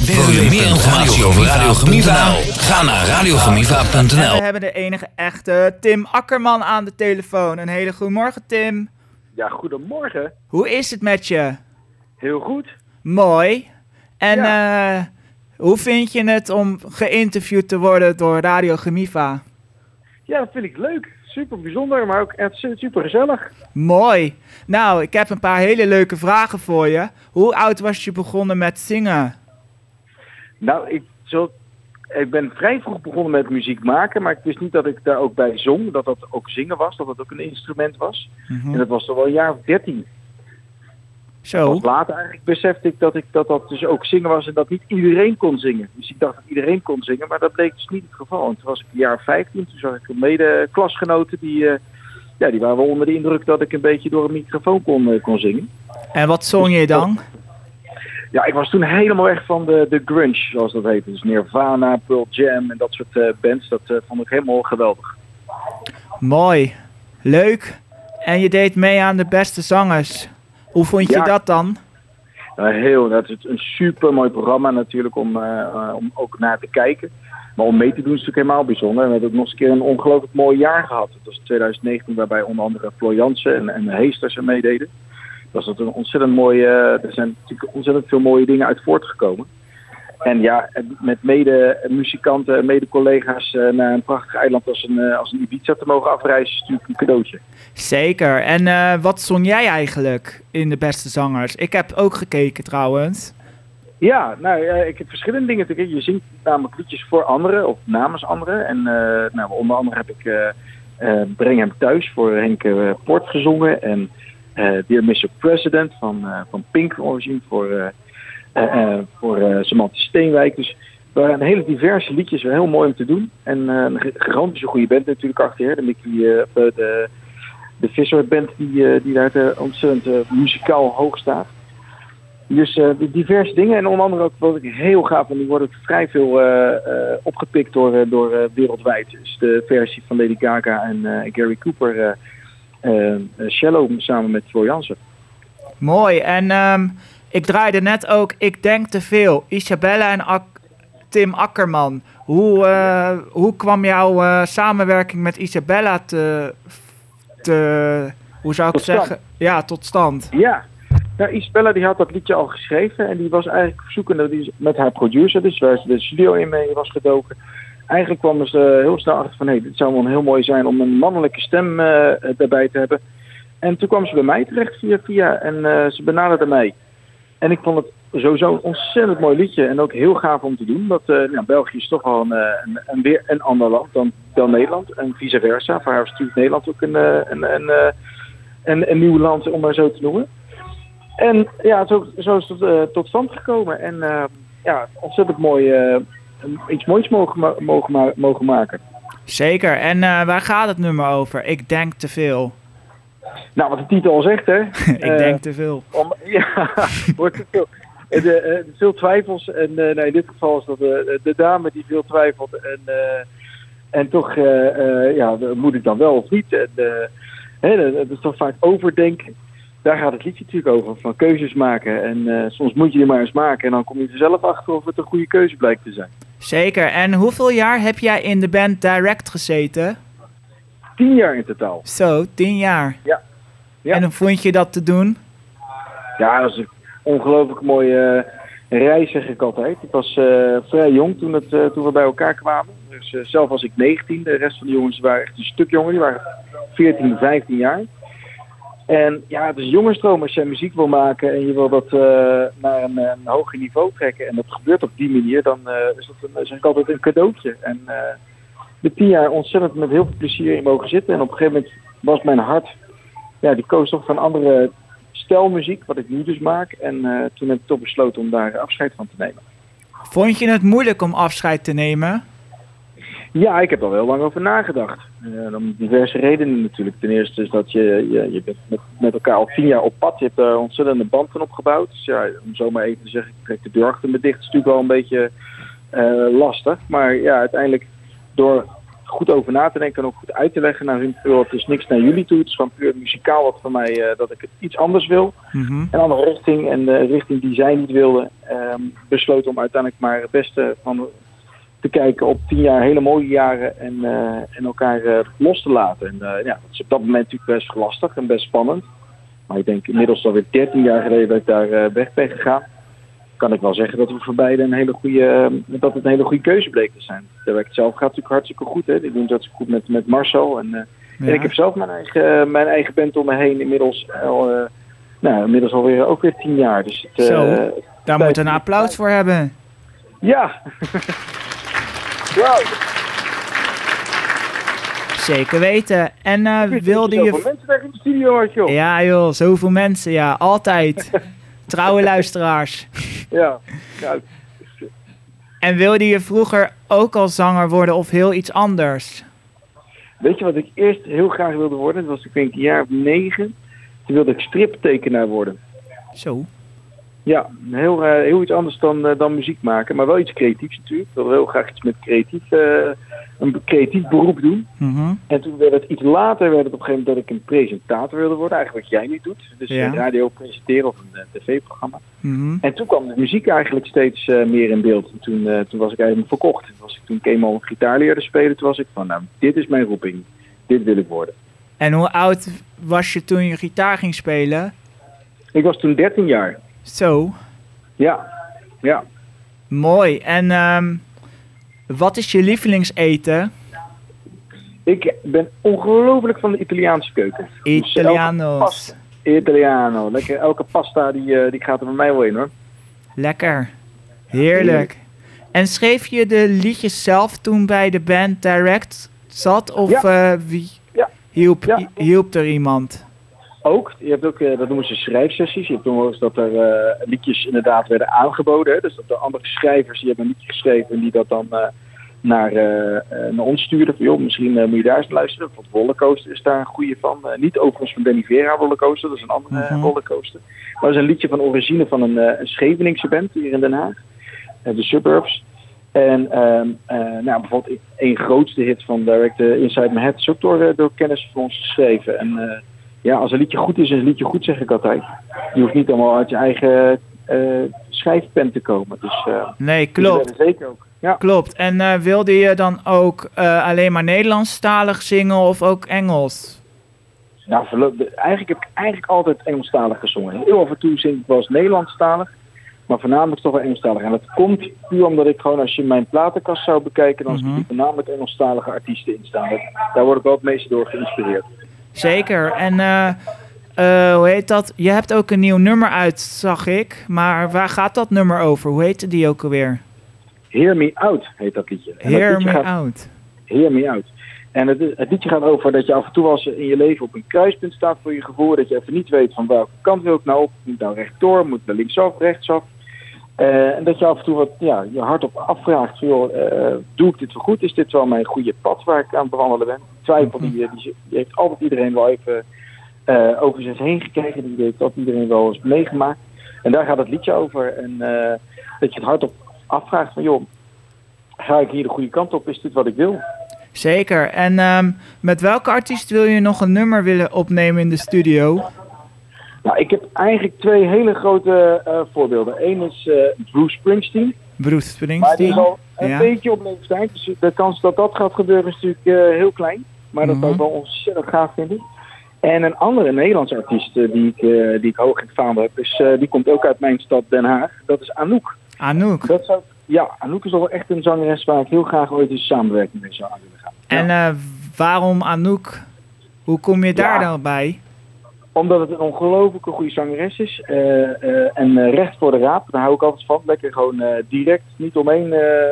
Wil je meer informatie over Radio Gemiva? Ga naar radiogemiva.nl. En we hebben de enige echte Tim Akkerman aan de telefoon. Een hele goede morgen, Tim. Ja, goedemorgen. Hoe is het met je? Heel goed. Mooi. En hoe vind je het om geïnterviewd te worden door Radio Gemiva? Ja, dat vind ik leuk. Super bijzonder, maar ook echt super gezellig. Mooi. Nou, ik heb een paar hele leuke vragen voor je. Hoe oud was je begonnen met zingen? Nou, ik ben vrij vroeg begonnen met muziek maken, maar ik wist niet dat ik daar ook bij zong. Dat dat ook zingen was, dat dat ook een instrument was. En dat was toch wel een jaar of 13. Zo. Pas later eigenlijk besefte ik dat dus ook zingen was en dat niet iedereen kon zingen. Dus ik dacht dat iedereen kon zingen, maar dat bleek dus niet het geval. En toen was ik een jaar of 15, toen zag ik een mede-klasgenoten die waren wel onder de indruk dat ik een beetje door een microfoon kon zingen. En wat zong je dan? Ja, ik was toen helemaal weg van de grunge, zoals dat heet. Dus Nirvana, Pearl Jam en dat soort bands. Dat vond ik helemaal geweldig. Mooi. Leuk. En je deed mee aan de beste zangers. Hoe vond je dat dan? Dat is een super mooi programma natuurlijk om ook naar te kijken. Maar om mee te doen is natuurlijk helemaal bijzonder. En we hebben ook nog eens een keer een ongelooflijk mooi jaar gehad. Dat was 2019 waarbij onder andere Floor Jansen en Heesters er meededen. Dat was een ontzettend mooie. Er zijn natuurlijk ontzettend veel mooie dingen uit voortgekomen. En ja, met mede-muzikanten en mede-collega's naar een prachtig eiland als een Ibiza te mogen afreizen is natuurlijk een cadeautje. Zeker. En wat zong jij eigenlijk in de beste zangers? Ik heb ook gekeken trouwens. Ja, ik heb verschillende dingen. Je zingt namelijk liedjes voor anderen of namens anderen. En onder andere heb ik Breng hem thuis voor Henk Poort gezongen. En Dear Mr. President van Pink origine voor Samantha Steenwijk. Dus we waren hele diverse liedjes, heel mooi om te doen. En een gigantische goede band natuurlijk achter. De Visser band die daar ontzettend muzikaal hoog staat. Dus diverse dingen. En onder andere ook wat ik heel gaaf vind, die worden vrij veel opgepikt door wereldwijd. Dus de versie van Lady Gaga en Gary Cooper, Shallow samen met Floor Jansen. Mooi. En ik draaide net ook Ik Denk Te Veel. Isabella en Tim Akkerman. Hoe kwam jouw samenwerking met Isabella hoe zou ik het zeggen? Ja, tot stand. Ja. Nou, Isabella die had dat liedje al geschreven en die was eigenlijk zoekende met haar producer, dus waar ze de studio in mee was gedoken. Eigenlijk kwam ze heel snel achter van, dit zou wel heel mooi zijn om een mannelijke stem daarbij te hebben. En toen kwam ze bij mij terecht via en ze benaderde mij. En ik vond het sowieso een ontzettend mooi liedje en ook heel gaaf om te doen. Dat België is toch wel weer een ander land dan Nederland en vice versa. Voor haar is natuurlijk Nederland ook een nieuw land, om maar zo te noemen. En ja, zo is het tot stand gekomen. En ontzettend mooi iets moois mogen maken. Zeker. En waar gaat het nummer over? Ik denk te veel. Nou, wat de titel al zegt, hè. Ik denk te veel. Wordt te veel. Veel twijfels. En in dit geval is dat de dame die veel twijfelt. En toch, moet ik dan wel of niet? Dat is toch vaak overdenken. Daar gaat het liedje natuurlijk over, van keuzes maken. En soms moet je er maar eens maken en dan kom je er zelf achter of het een goede keuze blijkt te zijn. Zeker. En hoeveel jaar heb jij in de band Direct gezeten? 10 jaar in totaal. Zo, 10 jaar. Ja. En hoe vond je dat te doen? Ja, dat is een ongelooflijk mooie reis, zeg ik altijd. Ik was vrij jong toen we bij elkaar kwamen. Dus zelf was ik 19. De rest van de jongens waren echt een stuk jonger. Die waren 14, 15 jaar. En ja, het is een jongensdroom als je muziek wil maken en je wil dat naar een hoger niveau trekken. En dat gebeurt op die manier, dan is dat zeg ik altijd een cadeautje. En de 10 jaar ontzettend met heel veel plezier in mogen zitten. En op een gegeven moment was mijn hart, die koos toch van andere stijlmuziek, wat ik nu dus maak. En toen heb ik toch besloten om daar afscheid van te nemen. Vond je het moeilijk om afscheid te nemen? Ja, ik heb er wel lang over nagedacht. Om diverse redenen natuurlijk. Ten eerste is dat je bent met elkaar al 10 jaar op pad. Je hebt er ontzettende band van opgebouwd. Dus ja, om zo maar even te zeggen, ik trek de deur achter me dicht. Is natuurlijk wel een beetje lastig. Maar ja, uiteindelijk door goed over na te denken en ook goed uit te leggen naar hun. Het is niks naar jullie toe, het is gewoon puur muzikaal wat voor mij, dat ik het iets anders wil. Een andere richting en de richting die zij niet wilden. Besloten om uiteindelijk maar het beste van te kijken op 10 jaar hele mooie jaren en elkaar los te laten. En dat is op dat moment natuurlijk best lastig en best spannend. Maar ik denk inmiddels alweer 13 jaar geleden dat ik daar weg ben gegaan. Kan ik wel zeggen dat we voor beide een hele goede keuze bleek te zijn. De werk zelf gaat natuurlijk hartstikke goed. Hè? Die doen dat goed met Marcel. En ik heb zelf mijn eigen band om me heen inmiddels alweer ook weer 10 jaar. Dus daar moet een applaus voor hebben. Ja. Wow. Zeker weten. En wilde je... Zoveel mensen daar in de studio had, joh. Ja joh, zoveel mensen. Ja, altijd. Trouwe luisteraars. Ja. En wilde je vroeger ook al zanger worden of heel iets anders? Weet je wat ik eerst heel graag wilde worden? Dat was ik denk een jaar of 9. Toen wilde ik striptekenaar worden. Zo. Ja, heel iets anders dan muziek maken. Maar wel iets creatiefs natuurlijk. Ik wilde heel graag iets met een creatief beroep doen. En toen werd het iets later op een gegeven moment dat ik een presentator wilde worden. Eigenlijk wat jij nu doet. Dus radio presenteren of een tv-programma. En toen kwam de muziek eigenlijk steeds meer in beeld. En toen was ik eigenlijk verkocht. Toen ik eenmaal gitaar leerde spelen, toen was ik van, nou, dit is mijn roeping. Dit wil ik worden. En hoe oud was je toen je gitaar ging spelen? Ik was toen 13 jaar. Zo. Ja. Mooi. En wat is je lievelingseten? Ik ben ongelooflijk van de Italiaanse keuken. Italianos. Italiano. Lekker. Elke pasta die gaat er bij mij wel in, hoor. Lekker. Heerlijk. En schreef je de liedjes zelf toen bij de band Direct zat? Of wie hielp er iemand? Ook. Je hebt ook, dat noemen ze schrijfsessies. Je hebt toen wel eens dat er liedjes inderdaad werden aangeboden. Hè? Dus dat de andere schrijvers die hebben een liedje geschreven en die dat dan naar ons stuurden. Van, joh, misschien moet je daar eens luisteren. Want Rollercoaster is daar een goede van. Niet overigens van Danny Vera Rollercoaster, dat is een andere Rollercoaster. Maar dat is een liedje van origine van een Scheveningse band hier in Den Haag. De Suburbs. En bijvoorbeeld een grootste hit van Direct, Inside My Head, is ook door kennis van ons geschreven. En als een liedje goed is een liedje goed, zeg ik altijd. Je hoeft niet allemaal uit je eigen schrijfpen te komen. Dus, nee, klopt. Zeker ook. Ja. Klopt. En wilde je dan ook alleen maar Nederlandstalig zingen of ook Engels? Nou, eigenlijk heb ik altijd Engelstalig gezongen. Heel af en toe zing ik wel eens Nederlandstalig. Maar voornamelijk toch wel Engelstalig. En dat komt puur omdat ik gewoon, als je mijn platenkast zou bekijken, dan zie je voornamelijk Engelstalige artiesten in staan. Daar word ik wel het meeste door geïnspireerd. Zeker. En hoe heet dat? Je hebt ook een nieuw nummer uit, zag ik. Maar waar gaat dat nummer over? Hoe heette die ook alweer? Hear Me Out heet dat liedje. Hear Me Out. Hear Me Out. En het liedje gaat over dat je af en toe als in je leven op een kruispunt staat voor je gevoel. Dat je even niet weet van welke kant wil ik nou op. Moet nou rechtdoor, moet naar linksaf, rechtsaf. En dat je af en toe wat je hardop afvraagt. Doe ik dit wel goed? Is dit wel mijn goede pad waar ik aan het bewandelen ben? Twijfel, die heeft altijd iedereen wel even over zich heen gekeken. Die heeft altijd iedereen wel eens meegemaakt. En daar gaat het liedje over. En dat je het hardop afvraagt van, joh, ga ik hier de goede kant op? Is dit wat ik wil? Zeker. En met welke artiest wil je nog een nummer willen opnemen in de studio? Nou, ik heb eigenlijk 2 hele grote voorbeelden. Eén is Bruce Springsteen. Bruce Springsteen. Maar die is al een beetje op leeftijd. Dus de kans dat dat gaat gebeuren is natuurlijk heel klein. Maar dat zou ik wel ontzettend gaaf vinden. En een andere Nederlandse artiest die ik hoog in het vaandel heb, die komt ook uit mijn stad Den Haag. Dat is Anouk. Anouk? Anouk is wel echt een zangeres waar ik heel graag ooit eens samenwerking mee zou aan willen gaan. En waarom Anouk? Hoe kom je daar dan bij? Omdat het een ongelooflijke goede zangeres is. En recht voor de raap, daar hou ik altijd van. Lekker gewoon direct, niet omheen.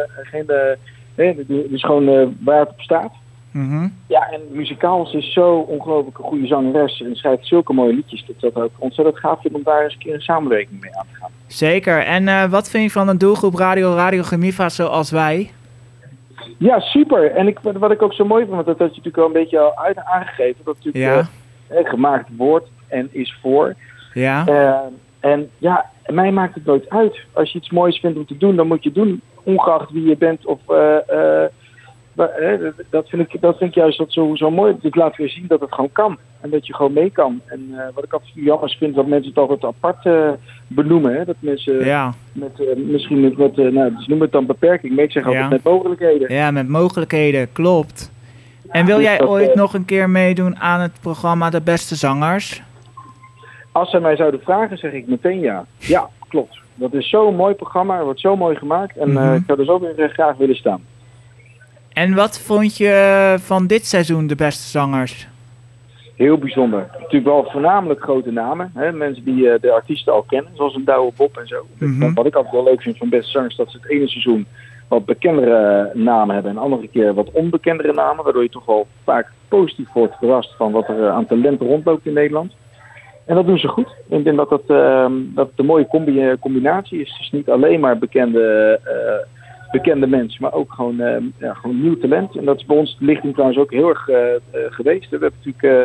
Dus gewoon waar het op staat. Ja, en muzikaal is dus zo ongelooflijk een goede zangeres. En schrijft zulke mooie liedjes. Dat ook ontzettend gaaf vind om daar eens een keer een samenwerking mee aan te gaan. Zeker. En wat vind je van een doelgroep Radio Gemiva zoals wij? Ja, super. En wat ik ook zo mooi vind, want dat had je natuurlijk al een beetje al aangegeven. Dat natuurlijk gemaakt wordt en is voor. Ja. En mij maakt het nooit uit. Als je iets moois vindt om te doen, dan moet je het doen. Ongeacht wie je bent of Dat vind ik juist dat zo mooi. Het laat weer zien dat het gewoon kan. En dat je gewoon mee kan. En wat ik absoluut jammer vind, dat mensen het altijd apart benoemen. Hè? Dat mensen misschien met dus noem het dan beperking. Maar ik zeg altijd met mogelijkheden. Ja, met mogelijkheden, klopt. En wil jij ooit nog een keer meedoen aan het programma De Beste Zangers? Als zij mij zouden vragen, zeg ik meteen ja. Ja, klopt. Dat is zo'n mooi programma. Het wordt zo mooi gemaakt. En ik zou er zo weer graag willen staan. En wat vond je van dit seizoen De Beste Zangers? Heel bijzonder. Natuurlijk wel voornamelijk grote namen. Hè? Mensen die de artiesten al kennen. Zoals een Douwe Bob en zo. Wat ik altijd wel leuk vind van Beste Zangers. Dat ze het ene seizoen wat bekendere namen hebben. En de andere keer wat onbekendere namen. Waardoor je toch wel vaak positief wordt verrast van wat er aan talenten rondloopt in Nederland. En dat doen ze goed. Ik denk dat het een mooie combinatie is. Dus niet alleen maar bekende mensen, maar ook gewoon nieuw talent. En dat is bij ons de lichting trouwens ook heel erg geweest. We hebben natuurlijk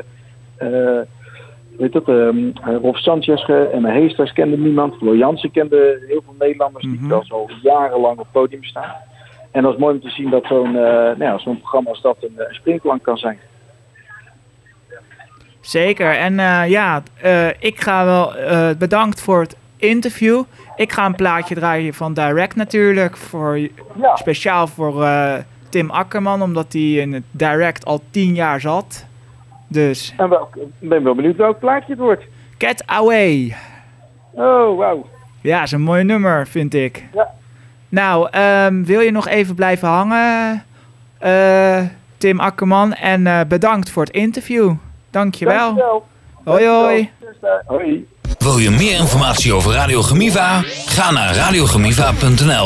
Rolf Sanchez en Emma Heesters kende niemand. Floor Jansen kende heel veel Nederlanders die wel zo jarenlang op het podium staan. En dat is mooi om te zien dat zo'n programma als dat een springplank kan zijn. Zeker. En ik ga wel bedankt voor het interview. Ik ga een plaatje draaien van Direct natuurlijk. Speciaal voor Tim Akkerman, omdat hij in het Direct al 10 jaar zat. Dus. En ik ben wel benieuwd welk plaatje het wordt. Get Away. Oh, wauw. Ja, is een mooi nummer, vind ik. Ja. Nou, wil je nog even blijven hangen, Tim Akkerman? En bedankt voor het interview. Dankjewel. Hoi, hoi. Hoi. Wil je meer informatie over Radio Gemiva? Ga naar radiogemiva.nl.